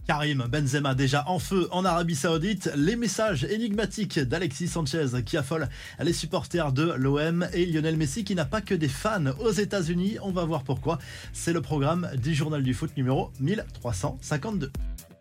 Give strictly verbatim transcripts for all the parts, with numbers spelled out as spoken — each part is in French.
Karim Benzema déjà en feu en Arabie Saoudite, les messages énigmatiques d'Alexis Sanchez qui affole les supporters de l'O M et Lionel Messi qui n'a pas que des fans aux États-Unis. On va voir pourquoi. C'est le programme du Journal du Foot numéro mille trois cent cinquante-deux.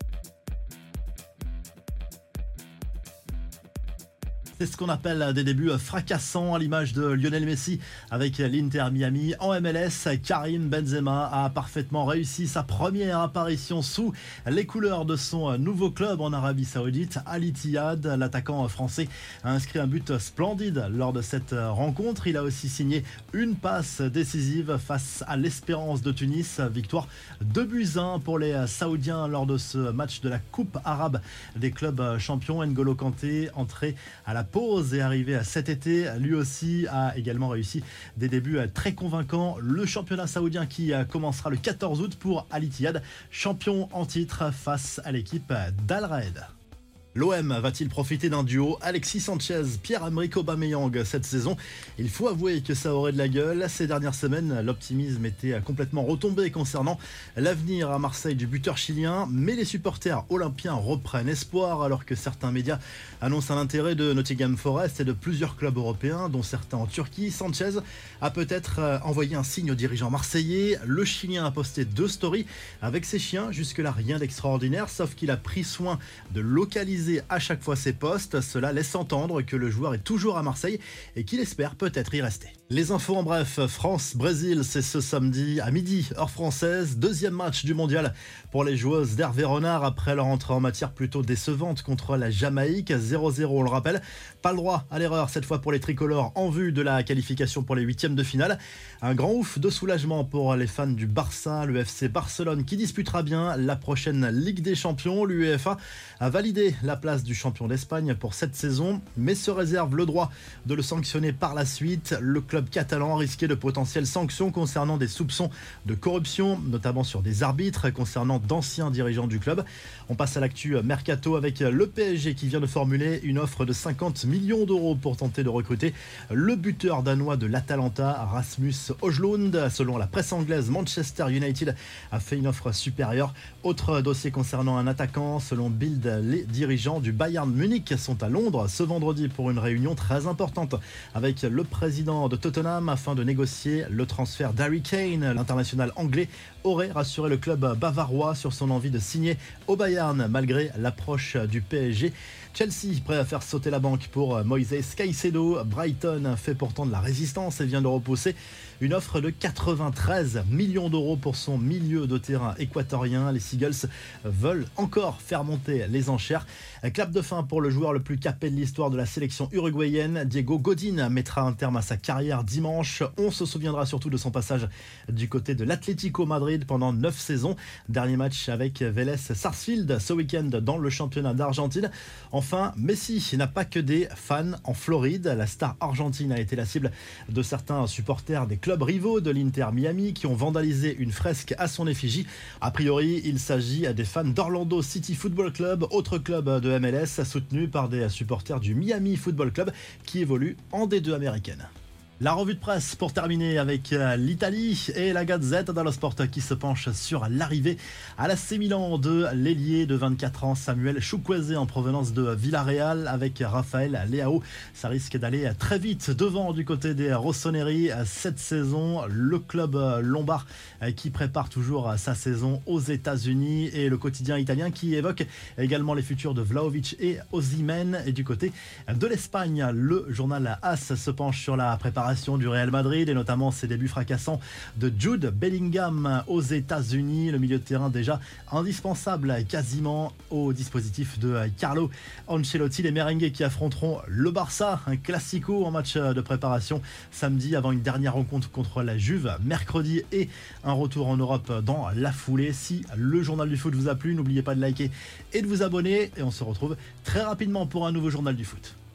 C'est ce qu'on appelle des débuts fracassants à l'image de Lionel Messi avec l'Inter Miami en M L S. Karim Benzema a parfaitement réussi sa première apparition sous les couleurs de son nouveau club en Arabie Saoudite, Al Ittihad. L'attaquant français a inscrit un but splendide lors de cette rencontre. Il a aussi signé une passe décisive face à l'Espérance de Tunis. Victoire deux buts à un pour les Saoudiens lors de ce match de la Coupe arabe des clubs champions. N'Golo Kanté, entré à la pause et arrivé cet été, lui aussi a également réussi des débuts très convaincants. Le championnat saoudien qui commencera le quatorze août pour Al Ittihad, champion en titre face à l'équipe d'Al Raed. L'O M va-t-il profiter d'un duo Alexis Sanchez, Pierre-Emerick Aubameyang cette saison? Il faut avouer que ça aurait de la gueule. Ces dernières semaines, l'optimisme était complètement retombé concernant l'avenir à Marseille du buteur chilien, mais les supporters olympiens reprennent espoir alors que certains médias annoncent un intérêt de Nottingham Forest et de plusieurs clubs européens, dont certains en Turquie. Sanchez a peut-être envoyé un signe aux dirigeants marseillais. Le Chilien a posté deux stories avec ses chiens. Jusque-là, rien d'extraordinaire, sauf qu'il a pris soin de localiser à chaque fois ses postes. Cela laisse entendre que le joueur est toujours à Marseille et qu'il espère peut-être y rester. Les infos en bref, France-Brésil, c'est ce samedi à midi, heure française. Deuxième match du mondial pour les joueuses d'Hervé Renard après leur entrée en matière plutôt décevante contre la Jamaïque. zéro zéro, on le rappelle. Pas le droit à l'erreur cette fois pour les tricolores en vue de la qualification pour les huitièmes de finale. Un grand ouf de soulagement pour les fans du Barça, le F C Barcelone qui disputera bien la prochaine Ligue des Champions. L'UEFA a validé la place du champion d'Espagne pour cette saison, mais se réserve le droit de le sanctionner par la suite. Le club catalan risquait de potentielles sanctions concernant des soupçons de corruption, notamment sur des arbitres, concernant d'anciens dirigeants du club. On passe à l'actu Mercato avec le P S G qui vient de formuler une offre de cinquante millions d'euros pour tenter de recruter le buteur danois de l'Atalanta, Rasmus Højlund. Selon la presse anglaise, Manchester United a fait une offre supérieure. Autre dossier concernant un attaquant, selon Bild, les dirigeants du Bayern Munich sont à Londres ce vendredi pour une réunion très importante avec le président de Tottenham afin de négocier le transfert d'Harry Kane. L'international anglais aurait rassuré le club bavarois sur son envie de signer au Bayern malgré l'approche du P S G. Chelsea prêt à faire sauter la banque pour Moises Caicedo. Brighton fait pourtant de la résistance et vient de repousser une offre de quatre-vingt-treize millions d'euros pour son milieu de terrain équatorien. Les Seagulls veulent encore faire monter les enchères. Clap de fin pour le joueur le plus capé de l'histoire de la sélection uruguayenne. Diego Godin mettra un terme à sa carrière dimanche. On se souviendra surtout de son passage du côté de l'Atlético Madrid pendant neuf saisons. Dernier match avec Vélez Sarsfield ce week-end dans le championnat d'Argentine. Enfin, Messi n'a pas que des fans en Floride. La star argentine a été la cible de certains supporters des clubs rivaux de l'Inter Miami qui ont vandalisé une fresque à son effigie. A priori, il s'agit des fans d'Orlando City Football Club, autre club de M L S soutenu par des supporters du Miami Football Club qui évolue en D deux américaine. La revue de presse pour terminer avec l'Italie et la Gazzetta dello Sport qui se penche sur l'arrivée à l'A C Milan de l'ailier de vingt-quatre ans Samuel Chukwueze en provenance de Villarreal avec Raphaël Leao. Ça risque d'aller très vite devant du côté des Rossoneri cette saison. Le club lombard qui prépare toujours sa saison aux États-Unis et le quotidien italien qui évoque également les futurs de Vlahovic et Osimhen. Et du côté de l'Espagne, le journal AS se penche sur la préparation du Real Madrid et notamment ses débuts fracassants de Jude Bellingham aux États-Unis. Le milieu de terrain déjà indispensable quasiment au dispositif de Carlo Ancelotti. Les merengues qui affronteront le Barça, un classico en match de préparation samedi avant une dernière rencontre contre la Juve mercredi et un retour en Europe dans la foulée. Si le journal du foot vous a plu, n'oubliez pas de liker et de vous abonner et on se retrouve très rapidement pour un nouveau journal du foot.